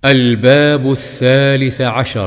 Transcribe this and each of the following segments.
الباب 13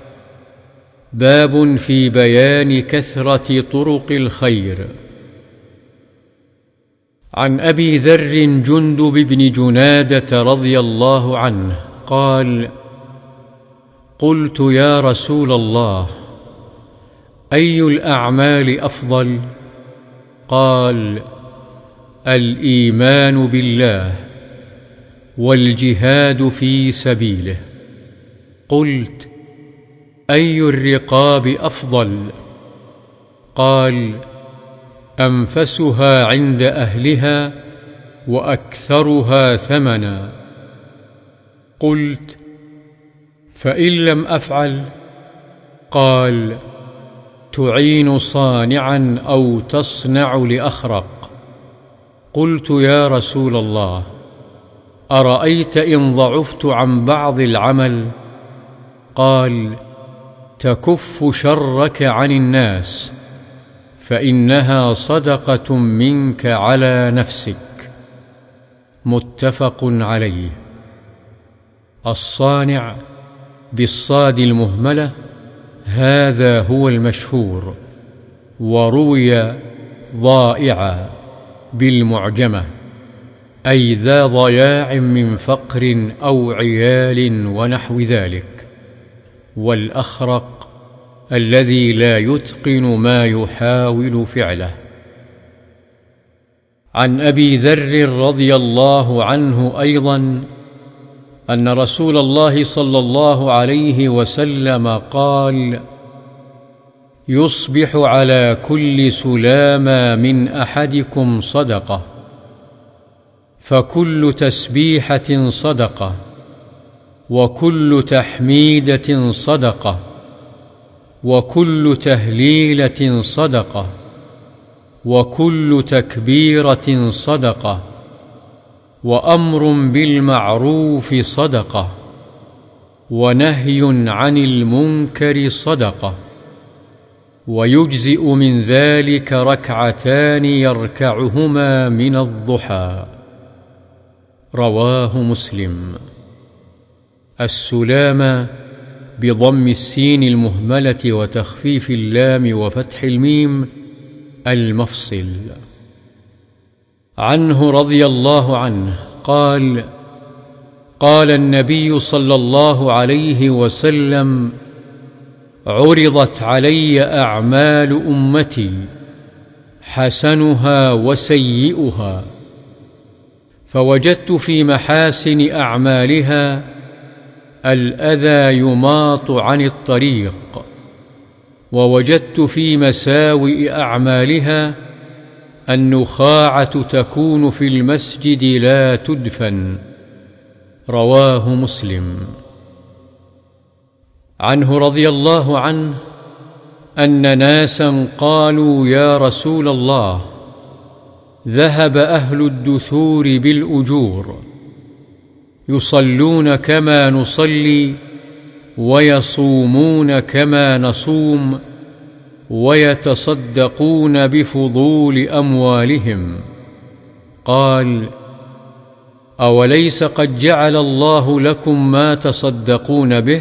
باب في بيان كثرة طرق الخير. عن أبي ذر جندب بن جنادة رضي الله عنه قال: قلت يا رسول الله، أي الأعمال أفضل؟ قال: الإيمان بالله والجهاد في سبيله. قلت: أي الرقاب أفضل؟ قال: أنفسها عند أهلها وأكثرها ثمنا. قلت: فإن لم أفعل؟ قال: تعين صانعا أو تصنع لأخرق. قلت يا رسول الله، أرأيت إن ضعفت عن بعض العمل؟ قال: تكف شرك عن الناس، فإنها صدقة منك على نفسك. متفق عليه. الصانع بالصاد المهملة هذا هو المشهور، وروي ضائعا بالمعجمة، أي ذا ضياع من فقر أو عيال ونحو ذلك. والأخرق الذي لا يتقن ما يحاول فعله. عن أبي ذر رضي الله عنه أيضا أن رسول الله صلى الله عليه وسلم قال: يصبح على كل سلامة من أحدكم صدقة، فكل تسبيحة صدقة، وكل تحميدة صدقة، وكل تهليلة صدقة، وكل تكبيرة صدقة، وأمر بالمعروف صدقة، ونهي عن المنكر صدقة، ويجزئ من ذلك ركعتان يركعهما من الضحى. رواه مسلم. السلامة بضم السين المهملة وتخفيف اللام وفتح الميم المفصل. عنه رضي الله عنه قال: قال النبي صلى الله عليه وسلم: عرضت علي أعمال أمتي حسنها وسيئها، فوجدت في محاسن أعمالها الأذى يماط عن الطريق، ووجدت في مساوئ أعمالها النخاعة تكون في المسجد لا تدفن. رواه مسلم. عنه رضي الله عنه أن ناسا قالوا: يا رسول الله، ذهب أهل الدثور بالأجور، يصلون كما نصلي، ويصومون كما نصوم، ويتصدقون بفضول أموالهم. قال: أوليس قد جعل الله لكم ما تصدقون به؟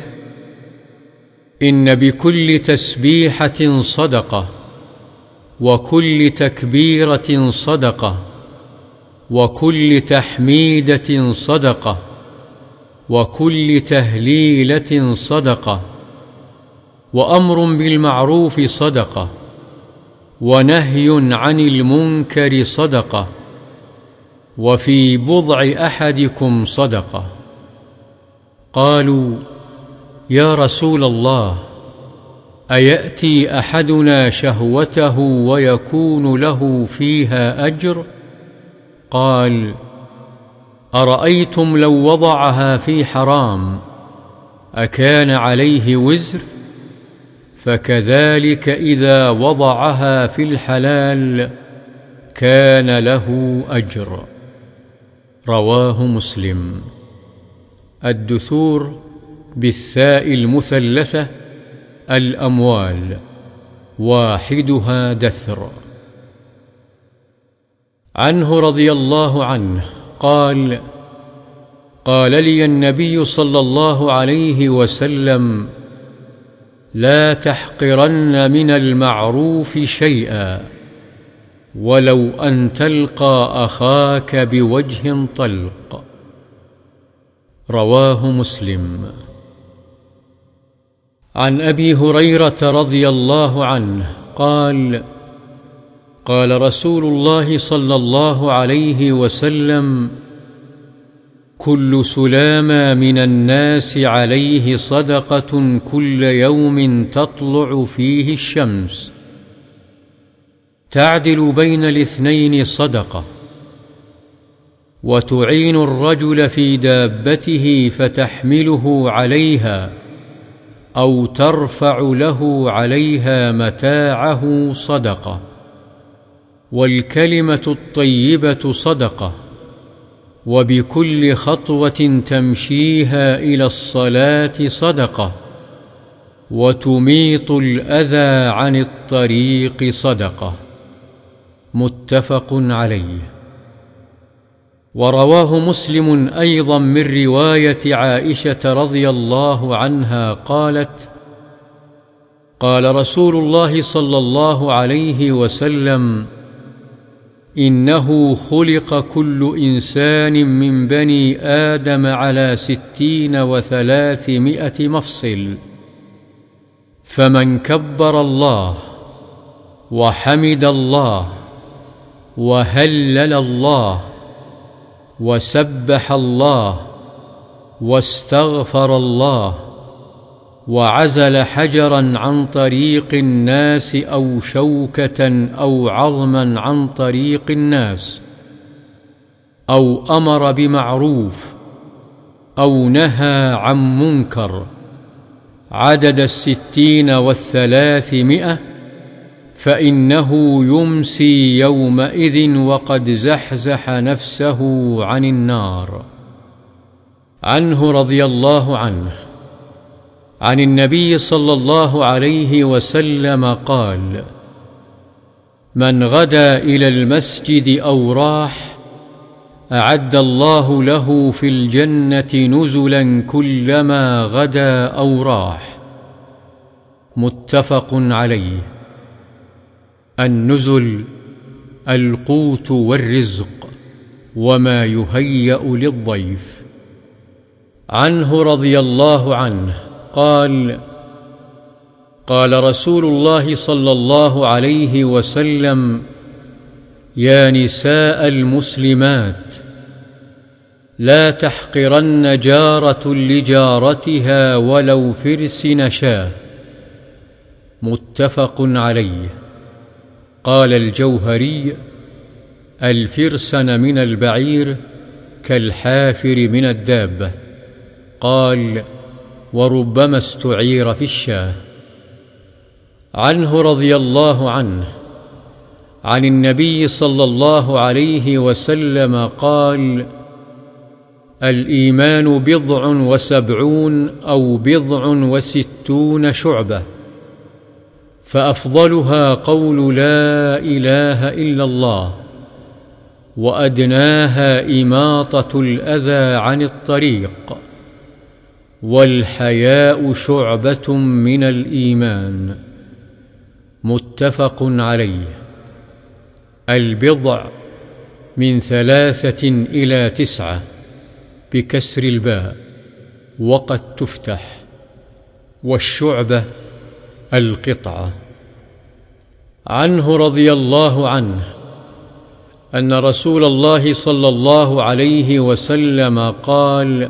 إن بكل تسبيحة صدقة، وكل تكبيرة صدقة، وكل تحميدة صدقة، وكل تهليلة صدقة، وأمر بالمعروف صدقة، ونهي عن المنكر صدقة، وفي بضع أحدكم صدقة. قالوا: يا رسول الله، أيأتي أحدنا شهوته ويكون له فيها أجر؟ قال: أرأيتم لو وضعها في حرام أكان عليه وزر؟ فكذلك إذا وضعها في الحلال كان له أجر. رواه مسلم. الدثور بالثاء المثلثة الأموال، واحدها دثر. عنه رضي الله عنه قال: قال لي النبي صلى الله عليه وسلم: لا تحقرن من المعروف شيئا ولو أن تلقى أخاك بوجه طلق. رواه مسلم. عن أبي هريرة رضي الله عنه قال: قال رسول الله صلى الله عليه وسلم: كل سلامة من الناس عليه صدقة كل يوم تطلع فيه الشمس، تعدل بين الاثنين صدقة، وتعين الرجل في دابته فتحمله عليها أو ترفع له عليها متاعه صدقة، والكلمة الطيبة صدقة، وبكل خطوة تمشيها إلى الصلاة صدقة، وتميط الأذى عن الطريق صدقة. متفق عليه. ورواه مسلم أيضا من رواية عائشة رضي الله عنها قالت: قال رسول الله صلى الله عليه وسلم: إنه خلق كل إنسان من بني آدم على 60 و300 مفصل، فمن كبر الله وحمد الله وهلل الله وسبح الله واستغفر الله وعزل حجرا عن طريق الناس أو شوكة أو عظما عن طريق الناس، أو أمر بمعروف أو نهى عن منكر عدد 60 و300، فإنه يمسي يومئذ وقد زحزح نفسه عن النار. عنه رضي الله عنه عن النبي صلى الله عليه وسلم قال: من غدا إلى المسجد أو راح أعد الله له في الجنة نزلا كلما غدا أو راح. متفق عليه. النزل القوت والرزق وما يهيأ للضيف. عنه رضي الله عنه قال: قال رسول الله صلى الله عليه وسلم: يا نساء المسلمات، لا تحقرن جارة لجارتها ولو فرس نشاه. متفق عليه. قال الجوهري: الفرسن من البعير كالحافر من الدابة. قال: وربما استعير في الشاه. عنه رضي الله عنه عن النبي صلى الله عليه وسلم قال: الإيمان 70 أو 60 شعبة، فأفضلها قول لا إله إلا الله، وأدناها إماطة الأذى عن الطريق، والحياء شعبة من الإيمان. متفق عليه. البضع من 3 إلى 9 بكسر الباء، وقد تفتح. والشعبة القطعة. عنه رضي الله عنه أن رسول الله صلى الله عليه وسلم قال: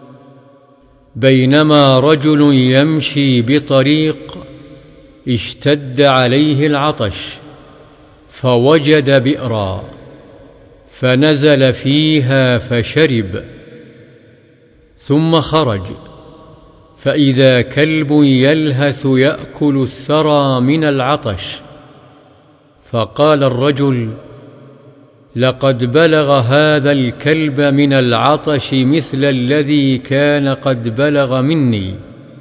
بينما رجل يمشي بطريق اشتد عليه العطش، فوجد بئرا فنزل فيها فشرب، ثم خرج فإذا كلب يلهث يأكل الثرى من العطش، فقال الرجل: لقد بلغ هذا الكلب من العطش مثل الذي كان قد بلغ مني.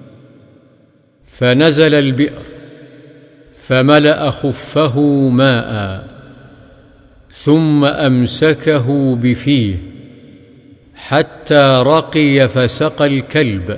فنزل البئر فملأ خفه ماء، ثم أمسكه بفيه حتى رقي فسقى الكلب،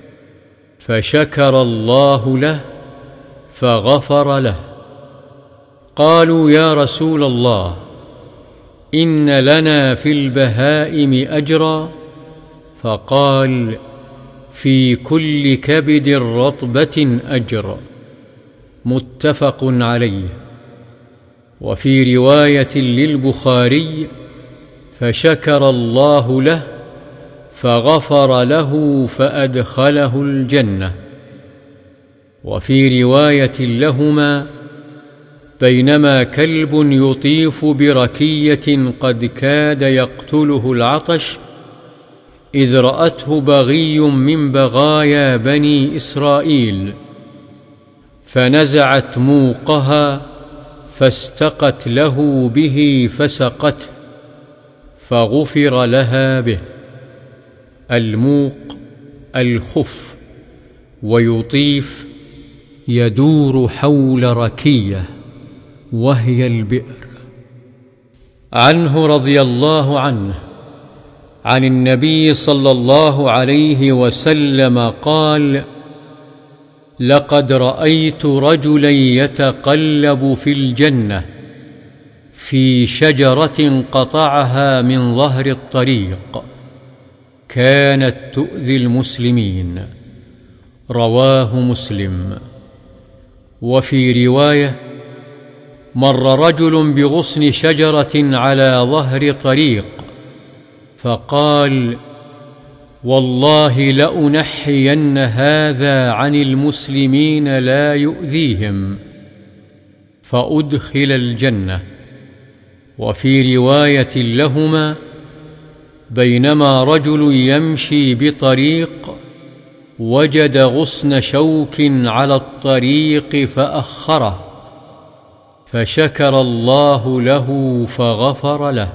فشكر الله له فغفر له. قالوا: يا رسول الله، إن لنا في البهائم أجرا؟ فقال: في كل كبد رطبة أجر. متفق عليه. وفي رواية للبخاري: فشكر الله له فغفر له فأدخله الجنة. وفي رواية لهما: بينما كلب يطيف بركية قد كاد يقتله العطش، إذ رأته بغي من بغايا بني إسرائيل، فنزعت موقها فاستقت له به فسقته، فغفر لها به. الموق الخف، ويطيف يدور حول ركية وهي البئر. عنه رضي الله عنه عن النبي صلى الله عليه وسلم قال: لقد رأيت رجلا يتقلب في الجنة في شجرة قطعها من ظهر الطريق كانت تؤذي المسلمين. رواه مسلم. وفي رواية: مر رجل بغصن شجرة على ظهر طريق فقال: والله لأنحين هذا عن المسلمين لا يؤذيهم، فأدخل الجنة. وفي رواية لهما: بينما رجل يمشي بطريق وجد غصن شوك على الطريق فأخره، فشكر الله له فغفر له.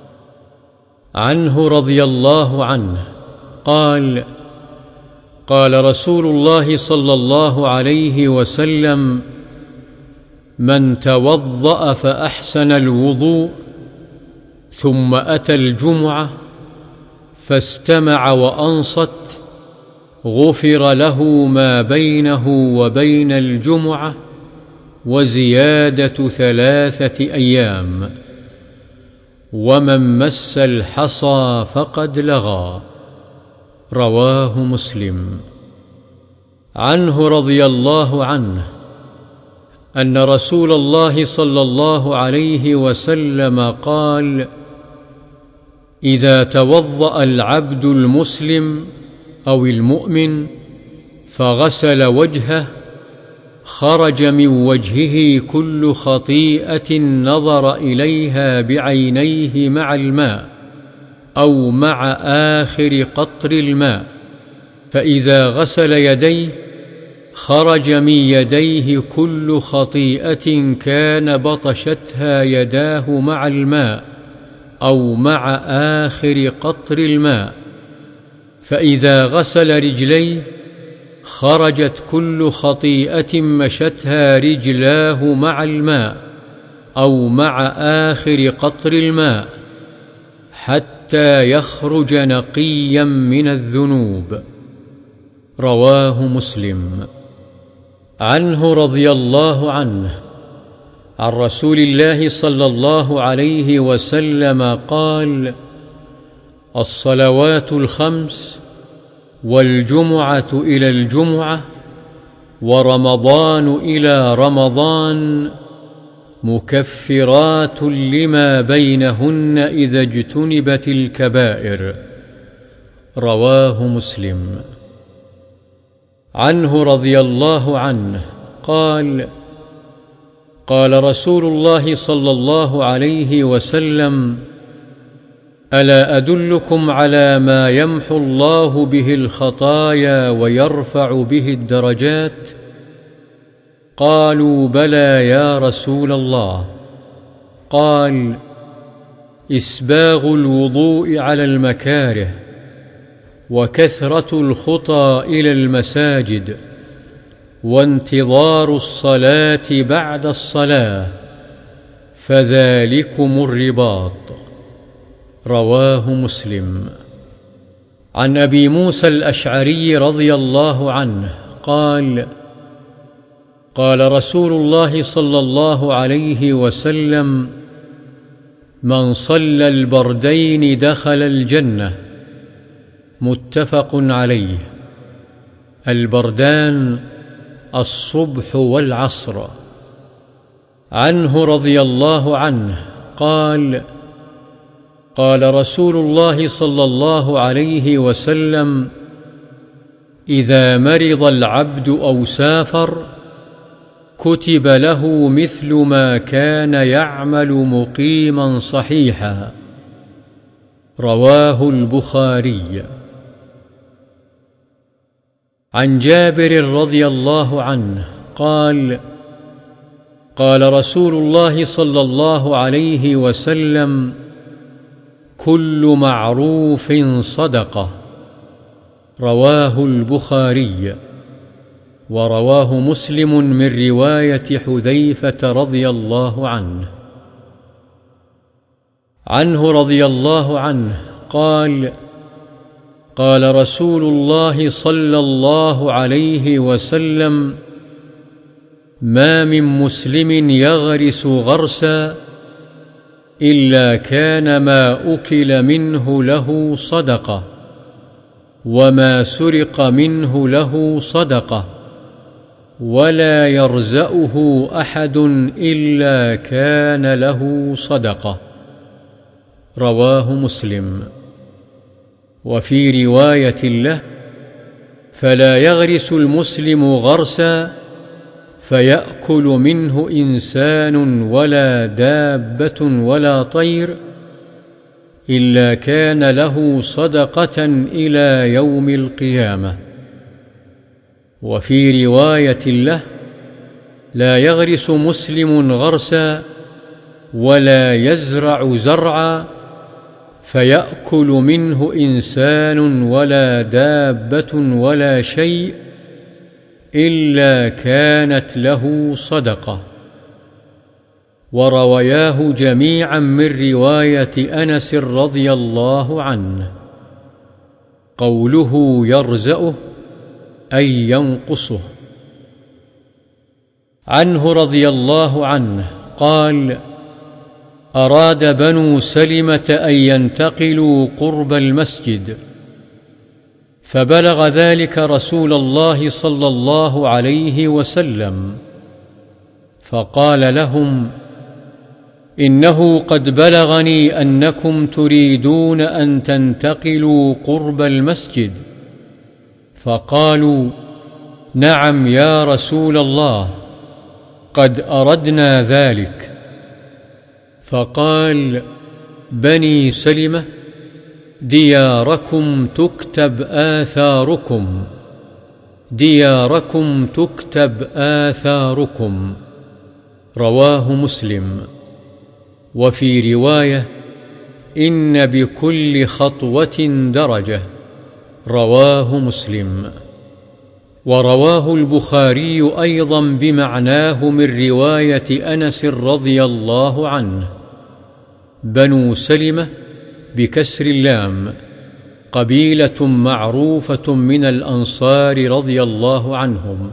عنه رضي الله عنه قال: قال رسول الله صلى الله عليه وسلم: من توضأ فأحسن الوضوء ثم أتى الجمعة فاستمع وأنصت، غفر له ما بينه وبين الجمعة وزيادة 3 أيام. ومن مس الحصى فقد لغى. رواه مسلم. عنه رضي الله عنه أن رسول الله صلى الله عليه وسلم قال: إذا توضأ العبد المسلم أو المؤمن فغسل وجهه، خرج من وجهه كل خطيئة نظر إليها بعينيه مع الماء أو مع آخر قطر الماء. فإذا غسل يديه خرج من يديه كل خطيئة كان بطشتها يداه مع الماء أو مع آخر قطر الماء. فإذا غسل رجليه خرجت كل خطيئة مشتها رجلاه مع الماء أو مع آخر قطر الماء، حتى يخرج نقيا من الذنوب. رواه مسلم. عنه رضي الله عنه عن رسول الله صلى الله عليه وسلم قال: الصلوات الخمس والجمعة إلى الجمعة ورمضان إلى رمضان مكفرات لما بينهن إذا اجتنبت الكبائر. رواه مسلم. عنه رضي الله عنه قال: قال رسول الله صلى الله عليه وسلم: ألا أدلكم على ما يمحو الله به الخطايا ويرفع به الدرجات؟ قالوا: بلى يا رسول الله. قال: إسباغ الوضوء على المكاره، وكثرة الخطى إلى المساجد، وانتظار الصلاة بعد الصلاة، فذلكم الرباط. رواه مسلم. عن أبي موسى الأشعري رضي الله عنه قال: قال رسول الله صلى الله عليه وسلم: من صلى البردين دخل الجنة. متفق عليه. البردان الصبح والعصر. عنه رضي الله عنه قال: قال رسول الله صلى الله عليه وسلم: إذا مرض العبد أو سافر كتب له مثل ما كان يعمل مقيما صحيحا. رواه البخاري. عن جابر رضي الله عنه قال: قال رسول الله صلى الله عليه وسلم: كل معروف صدقة. رواه البخاري. ورواه مسلم من رواية حذيفة رضي الله عنه. عنه رضي الله عنه قال: قال رسول الله صلى الله عليه وسلم: ما من مسلم يغرس غرسا إلا كان ما أكل منه له صدقة، وما سرق منه له صدقة، ولا يرزأه أحد إلا كان له صدقة. رواه مسلم. وفي رواية له: فلا يغرس المسلم غرسا فيأكل منه إنسان ولا دابة ولا طير إلا كان له صدقة إلى يوم القيامة. وفي رواية له: لا يغرس مسلم غرسا ولا يزرع زرعا فيأكل منه إنسان ولا دابة ولا شيء إلا كانت له صدقة. وروياه جميعا من رواية أنس رضي الله عنه. قوله يرزأه أي ينقصه. عنه رضي الله عنه قال: أراد بنو سلمة أن ينتقلوا قرب المسجد، فبلغ ذلك رسول الله صلى الله عليه وسلم، فقال لهم: إنه قد بلغني أنكم تريدون أن تنتقلوا قرب المسجد. فقالوا: نعم يا رسول الله، قد أردنا ذلك. فقال: بني سلمة دياركم تكتب آثاركم، دياركم تكتب آثاركم. رواه مسلم. وفي رواية: إن بكل خطوة درجة. رواه مسلم. ورواه البخاري أيضا بمعناه من رواية أنس رضي الله عنه. بنو سلمة بكسر اللام قبيلة معروفة من الأنصار رضي الله عنهم،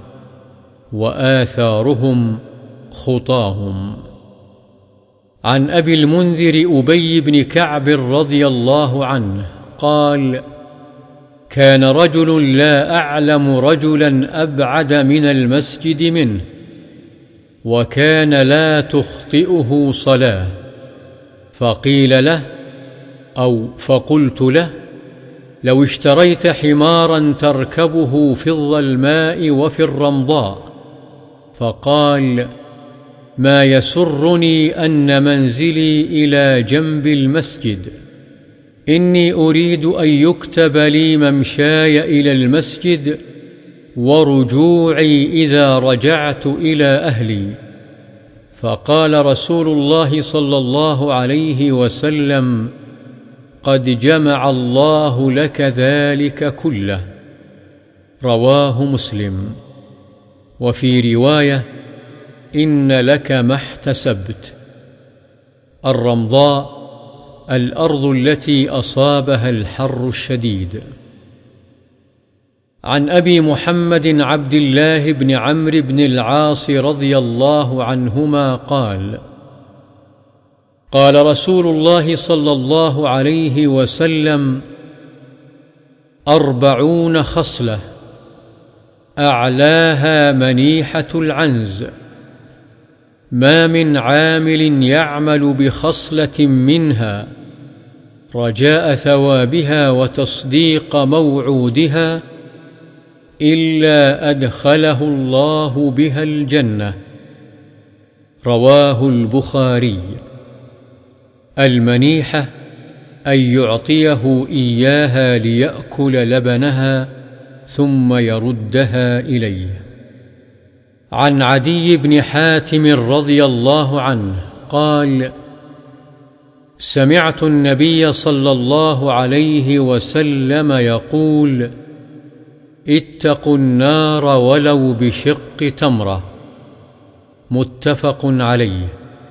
وآثارهم خطاهم. عن أبي المنذر أبي بن كعب رضي الله عنه قال: كان رجل لا أعلم رجلا أبعد من المسجد منه، وكان لا تخطئه صلاة، فقيل له فقلت له: لو اشتريت حمارا تركبه في الظلماء وفي الرمضاء. فقال: ما يسرني أن منزلي إلى جنب المسجد، إني أريد أن يكتب لي ممشاي إلى المسجد ورجوعي إذا رجعت إلى أهلي. فقال رسول الله صلى الله عليه وسلم: قد جمع الله لك ذلك كله. رواه مسلم. وفي رواية: إن لك ما احتسبت. الرمضاء الأرض التي أصابها الحر الشديد. عن أبي محمد عبد الله بن عمرو بن العاص رضي الله عنهما قال: قال رسول الله صلى الله عليه وسلم: 40 خصلة أعلاها منيحة العنز، ما من عامل يعمل بخصلة منها رجاء ثوابها وتصديق موعودها إلا أدخله الله بها الجنة. رواه البخاري. المنيحة أن يعطيه إياها ليأكل لبنها ثم يردها إليه. عن عدي بن حاتم رضي الله عنه قال: سمعت النبي صلى الله عليه وسلم يقول: اتقوا النار ولو بشق تمرة. متفق عليه.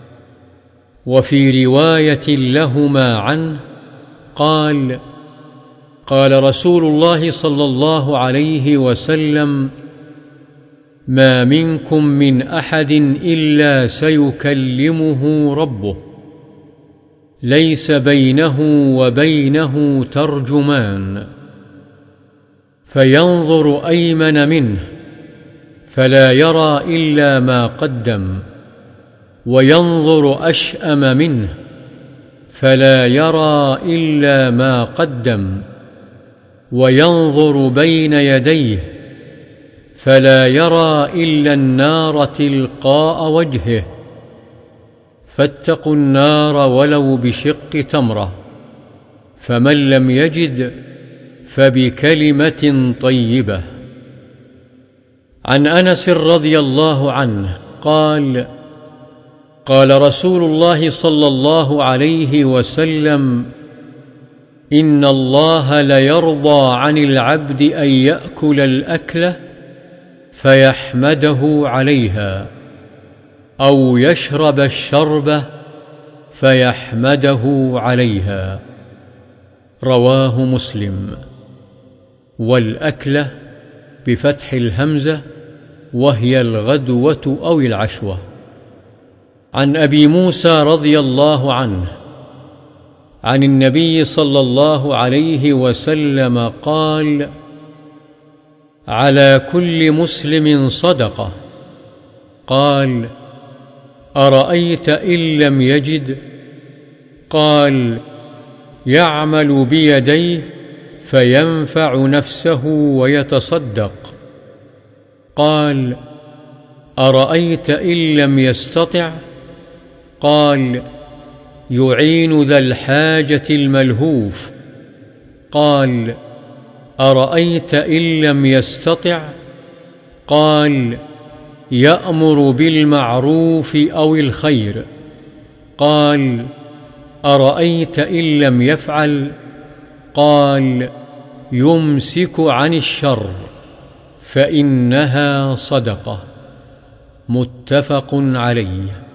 وفي رواية لهما عنه قال: قال رسول الله صلى الله عليه وسلم: ما منكم من أحد إلا سيكلمه ربه، ليس بينه وبينه ترجمان، فينظر أيمن منه فلا يرى إلا ما قدم، وينظر أشأم منه فلا يرى إلا ما قدم، وينظر بين يديه فلا يرى إلا النار تلقاء وجهه. فاتقوا النار ولو بشق تمرة، فمن لم يجد فبكلمة طيبة. عن أنس رضي الله عنه قال: قال رسول الله صلى الله عليه وسلم: إن الله ليرضى عن العبد أن يأكل الأكلة فيحمده عليها، أو يشرب الشربة فيحمده عليها. رواه مسلم. والأكلة بفتح الهمزة، وهي الغدوة أو العشوة. عن أبي موسى رضي الله عنه عن النبي صلى الله عليه وسلم قال: على كل مسلم صدقة. قال: أرأيت إن لم يجد؟ قال: يعمل بيديه فينفع نفسه ويتصدق. قال: أرأيت إن لم يستطع؟ قال: يعين ذا الحاجة الملهوف. قال: أرأيت إن لم يستطع؟ قال: يأمر بالمعروف أو الخير. قال: أرأيت إن لم يفعل؟ قال: يمسك عن الشر، فإنها صدقة. متفق عليه.